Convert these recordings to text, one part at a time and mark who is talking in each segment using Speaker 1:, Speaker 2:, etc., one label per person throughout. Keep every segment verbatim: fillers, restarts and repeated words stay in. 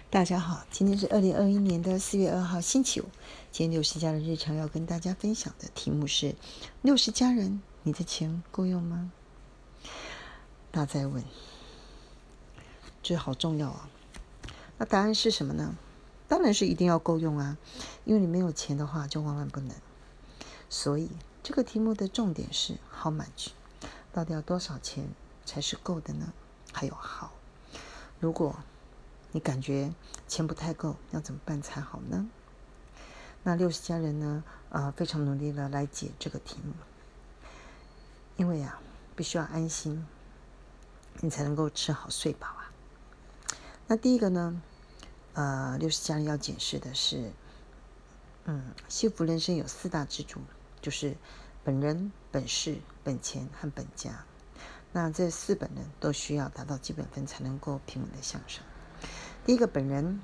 Speaker 1: 大家好，今天是二零二一年的四月二号星期五。今天六十家人日常要跟大家分享的题目是：六十家人，你的钱够用吗？大家在问，这好重要啊。那答案是什么呢？当然是一定要够用啊，因为你没有钱的话，就万万不能。所以这个题目的重点是 how much， 到底要多少钱才是够的呢？还有 how， 如果你感觉钱不太够，要怎么办才好呢？那六十家人呢，呃，非常努力的来解这个题目，因为啊，必须要安心，你才能够吃好睡饱啊。那第一个呢，呃，六十家人要检视的是，嗯，幸福人生有四大支柱，就是本人、本事、本钱和本家。那这四本人都需要达到基本分，才能够平稳的向上。第一个本人，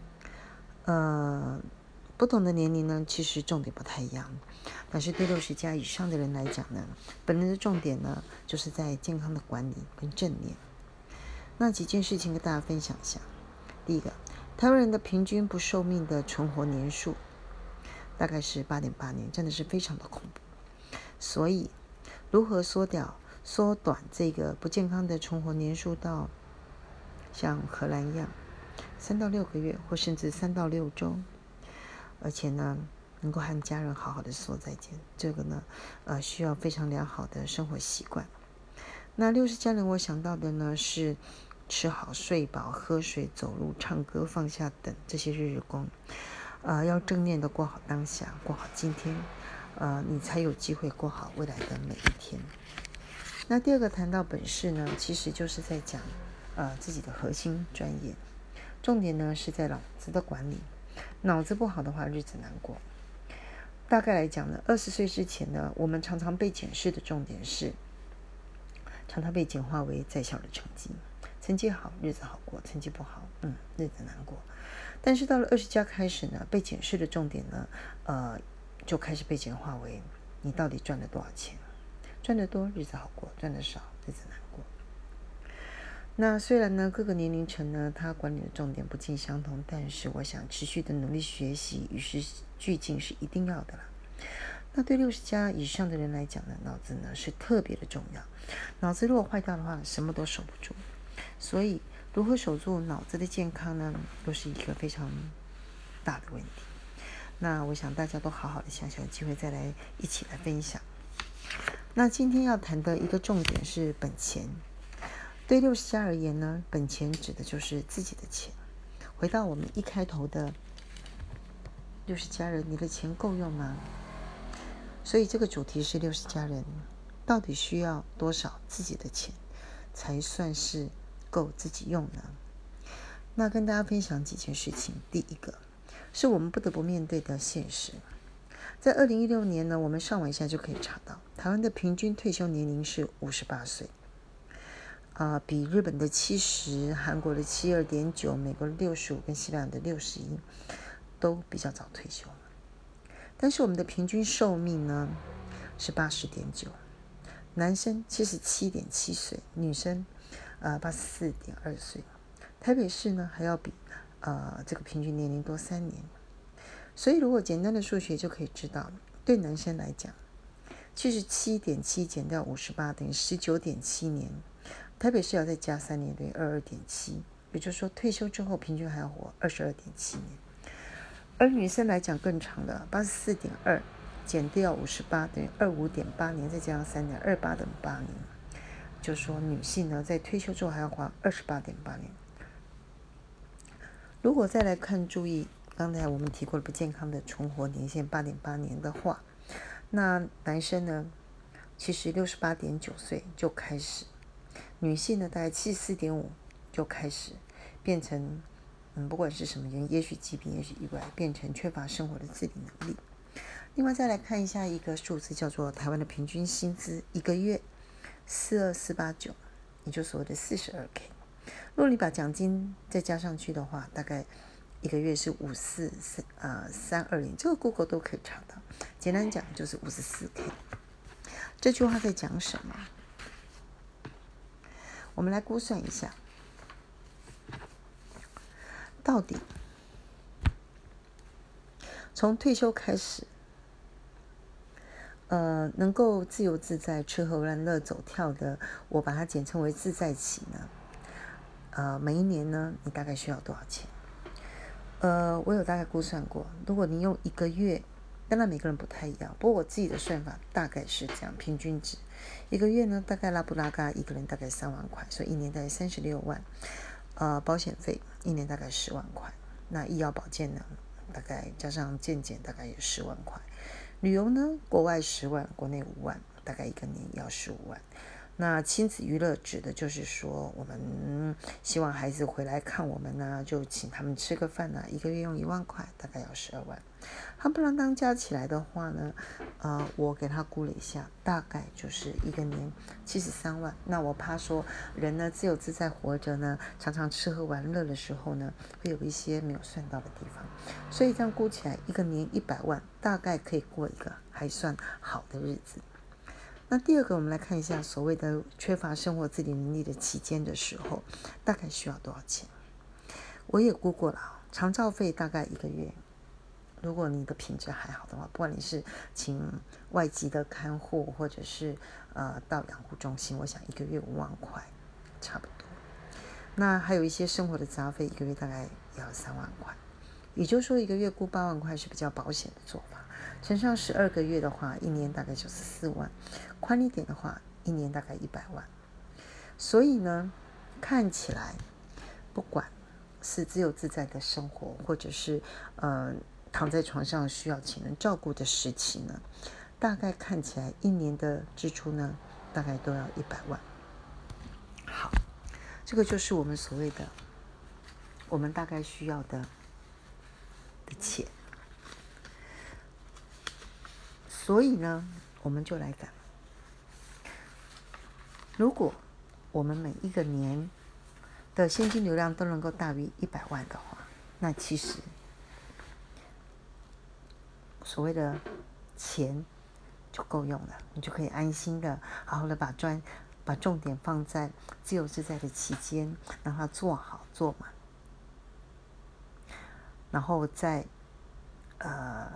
Speaker 1: 呃，不同的年龄呢，其实重点不太一样。但是对六十加以上的人来讲呢，本人的重点呢，就是在健康的管理跟正念。那几件事情跟大家分享一下。第一个，台湾人的平均不寿命的存活年数大概是八点八年，真的是非常的恐怖。所以，如何缩掉、缩短这个不健康的存活年数到像荷兰一样，三到六个月，或甚至三到六周，而且呢，能够和家人好好的说再见，这个呢，呃，需要非常良好的生活习惯。那六十家人，我想到的呢是吃好、睡饱、喝水、走路、唱歌、放下等这些日日功，呃，要正念的过好当下，过好今天，呃，你才有机会过好未来的每一天。那第二个谈到本事呢，其实就是在讲呃自己的核心专业，重点呢是在脑子的管理。脑子不好的话，日子难过。大概来讲呢，二十岁之前呢，我们常常被检视的重点是，常常被简化为在校的成绩，成绩好日子好过，成绩不好，嗯，日子难过。但是到了二十加开始呢，被检视的重点呢，呃，就开始被简化为你到底赚了多少钱，赚得多日子好过，赚得少日子难过。那虽然呢，各个年龄层呢，它管理的重点不尽相同，但是我想持续的努力学习，与时俱进是一定要的啦。那对六十加以上的人来讲呢，脑子呢是特别的重要。脑子如果坏掉的话，什么都守不住。所以，如何守住脑子的健康呢，又是一个非常大的问题。那我想大家都好好的想想，有机会再来一起来分享。那今天要谈的一个重点是本钱。对六十加而言呢，本钱指的就是自己的钱。回到我们一开头的六十家人，你的钱够用吗？所以这个主题是六十家人到底需要多少自己的钱才算是够自己用呢？那跟大家分享几件事情。第一个是我们不得不面对的现实。在二零一六年呢，我们上网一下就可以查到，台湾的平均退休年龄是五十八岁。呃，比日本的七十、韩国的七二点九、美国的六十五跟西班牙的六十一都比较早退休。但是我们的平均寿命呢是八十点九，男生七十七点七岁，女生呃八十四点二岁。台北市呢还要比呃这个平均年龄多三年。所以如果简单的数学就可以知道，对男生来讲，七十七点七减掉五十八等于十九点七年。台北市要再加三年，等于二十二点七，也就是说退休之后平均还要活二十二点七年。而女生来讲更长了，八十四点二减掉五十八等于二十五点八年，再加上三年，二十八等于八年。就是说女性呢在退休之后还要活二十八点八年。如果再来看，注意刚才我们提过的不健康的存活年限八点八年的话，那男生呢其实六十八点九岁就开始，女性呢大概七十四点五就开始变成嗯，不管是什么原因，也许疾病，也许意外，变成缺乏生活的自理能力。另外再来看一下一个数字，叫做台湾的平均薪资，一个月四二四八九，也就所谓的四十二 K。如果你把奖金再加上去的话，大概一个月是五四呃三二零，这个 Google 都可以查到。简单讲就是五十四 K。这句话在讲什么？我们来估算一下。 到底从退休开始，呃，能够自由自在、吃喝玩乐、走跳的，我把它简称为自在期呢。呃，每一年呢，你大概需要多少钱？呃，我有大概估算过，如果你用一个月，当然每个人不太一样，不过我自己的算法大概是这样，平均值，一个月呢大概拉布拉嘎一个人大概三万块，所以一年大概三十六万。呃，保险费一年大概十万块，那医药保健呢，大概加上健检大概有十万块，旅游呢，国外十万，国内五万，大概一个年要十五万。那亲子娱乐指的就是说，我们希望孩子回来看我们呢，就请他们吃个饭呢，一个月用一万块，大概要十二万。他不能当加起来的话呢，呃，我给他估了一下，大概就是一个年七十三万。那我怕说人呢自由自在活着呢，常常吃喝玩乐的时候呢，会有一些没有算到的地方，所以这样估起来，一个年一百万，大概可以过一个还算好的日子。那第二个，我们来看一下所谓的缺乏生活自理能力的期间的时候，大概需要多少钱？我也估过了，长照费大概一个月，如果你的品质还好的话，不管你是请外籍的看护，或者是呃到养护中心，我想一个月五万块差不多。那还有一些生活的杂费，一个月大概要三万块，也就是说一个月估八万块是比较保险的做法。乘上十二个月的话，一年大概就是四万，宽一点的话，一年大概一百万。所以呢，看起来不管是自由自在的生活，或者是呃躺在床上需要请人照顾的时期呢，大概看起来一年的支出呢，大概都要一百万。好，这个就是我们所谓的我们大概需要的的钱。所以呢，我们就来讲，如果我们每一个年的现金流量都能够大于一百万的话，那其实所谓的钱就够用了，你就可以安心的好好的把专把重点放在自由自在的期间，让它做好做满，然后在呃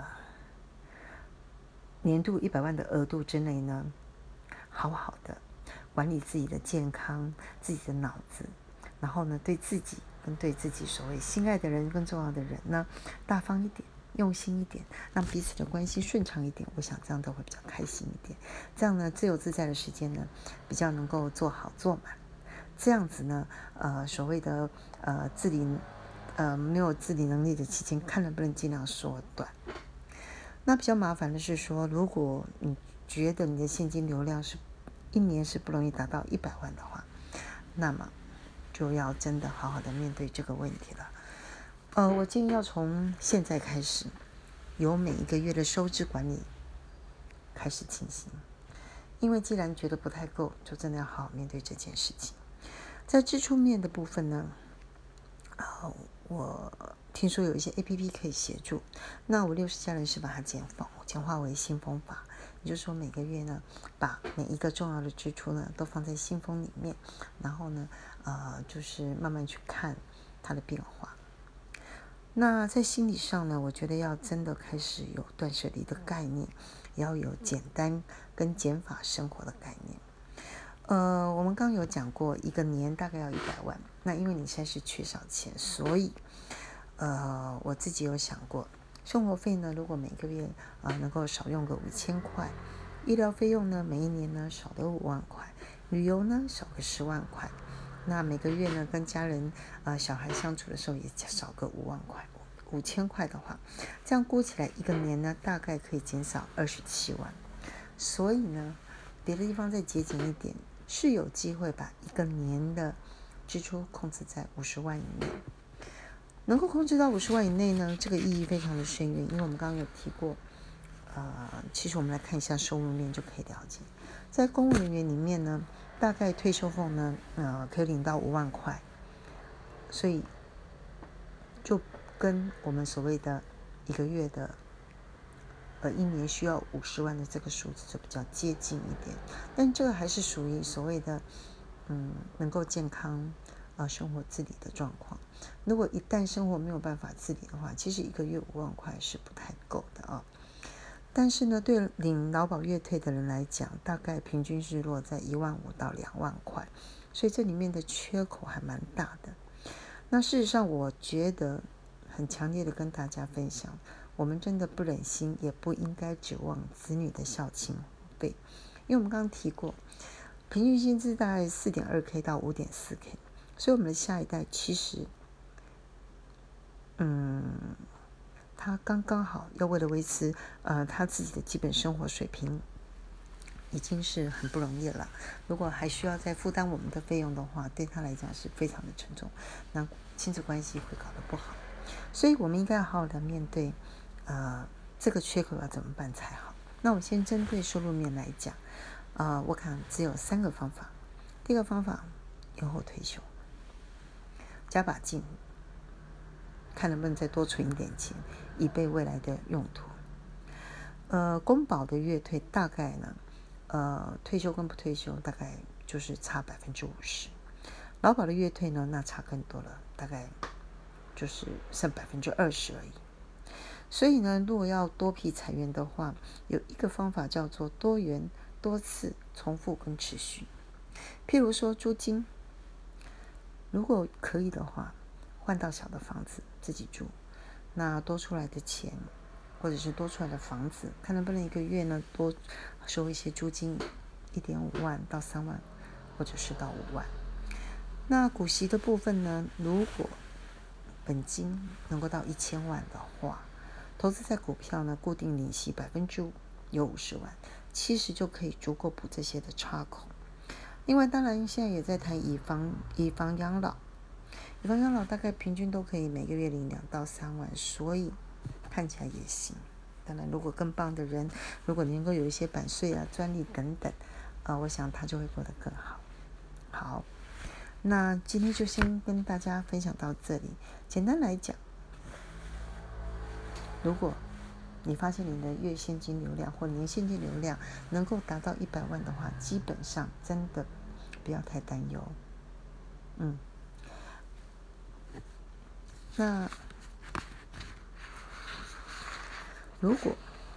Speaker 1: 年度一百万的额度之内呢，好好的管理自己的健康、自己的脑子，然后呢，对自己跟对自己所谓心爱的人、更重要的人呢，大方一点，用心一点，让彼此的关系顺畅一点。我想这样都会比较开心一点。这样呢，自由自在的时间呢，比较能够做好做满。这样子呢，呃，所谓的呃自理呃没有自理能力的期间，看能不能尽量缩短。那比较麻烦的是说，如果你觉得你的现金流量是一年是不容易达到一百万的话，那么就要真的好好的面对这个问题了。呃，我建议要从现在开始，由每一个月的收支管理开始进行，因为既然觉得不太够，就真的要好好面对这件事情。在支出面的部分呢，呃，我听说有一些 A P P 可以协助，那我六十家人是把它简化简化为信封法，也就是说每个月呢，把每一个重要的支出呢都放在信封里面，然后呢，呃，就是慢慢去看它的变化。那在心理上呢，我觉得要真的开始有断舍离的概念，也要有简单跟减法生活的概念。呃，我们刚有讲过，一个年大概要一百万。那因为你现在是缺少钱，所以呃，我自己有想过，生活费呢，如果每个月啊、呃、能够少用个五千块，医疗费用呢，每一年呢少个五万块，旅游呢少个十万块，那每个月呢跟家人啊、呃、小孩相处的时候也少个五万块，五千块的话，这样估起来一个年呢大概可以减少二十七万。所以呢，别的地方再节俭一点，是有机会把一个年的支出控制在五十万以内。能够控制到五十万以内呢，这个意义非常的深远，因为我们刚刚有提过，呃，其实我们来看一下收入面就可以了解，在公务人员里面呢，大概退休俸呢，呃，可以领到五万块，所以就跟我们所谓的一个月的，呃，一年需要五十万的这个数字就比较接近一点，但这个还是属于所谓的，嗯，能够健康呃生活自理的状况。如果一旦生活没有办法自理的话，其实一个月五万块是不太够的啊。但是呢，对领劳保月退的人来讲，大概平均是落在一万五到两万块，所以这里面的缺口还蛮大的。那事实上，我觉得很强烈的跟大家分享，我们真的不忍心，也不应该指望子女的孝亲费，因为我们刚刚提过，平均薪资大概 四点二 K 到 五点四 K， 所以我们的下一代其实，嗯，他刚刚好要为了维持呃他自己的基本生活水平，已经是很不容易了。如果还需要再负担我们的费用的话，对他来讲是非常的沉重，那亲子关系会搞得不好。所以我们应该要好好的面对，呃，这个缺口要怎么办才好。那我先针对收入面来讲，呃，我看只有三个方法。第一个方法，延后退休，加把劲，看能不能再多存一点钱，以备未来的用途。呃，公保的月退大概呢，呃，退休跟不退休大概就是差百分之五十，劳保的月退呢，那差更多了，大概就是剩百分之二十而已。所以呢，如果要多批裁员的话，有一个方法叫做多元、多次、重复跟持续。譬如说租金，如果可以的话，换到小的房子自己住，那多出来的钱，或者是多出来的房子，看能不能一个月呢多收一些租金，一点五万到三万，或者是到五万。那股息的部分呢，如果本金能够到一千万的话，投资在股票呢，固定领息百分之五，有五十万，其实就可以足够补这些的差口。另外，当然现在也在谈以房以房养老，以房养老大概平均都可以每个月领两到三万，所以看起来也行。当然，如果更棒的人，如果能够有一些版税啊、专利等等，呃，我想他就会过得更好。好，那今天就先跟大家分享到这里。简单来讲，如果你发现你的月现金流量或年现金流量能够达到一百万的话，基本上真的不要太担忧。嗯，那如果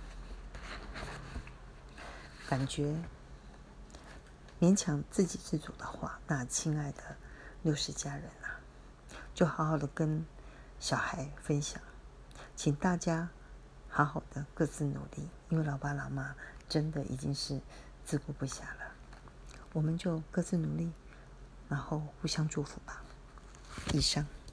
Speaker 1: 感觉勉强自给自足的话，那亲爱的六十家人啊，就好好的跟小孩分享，请大家好好的各自努力，因为老爸老妈真的已经是自顾不暇了，我们就各自努力，然后互相祝福吧。以上。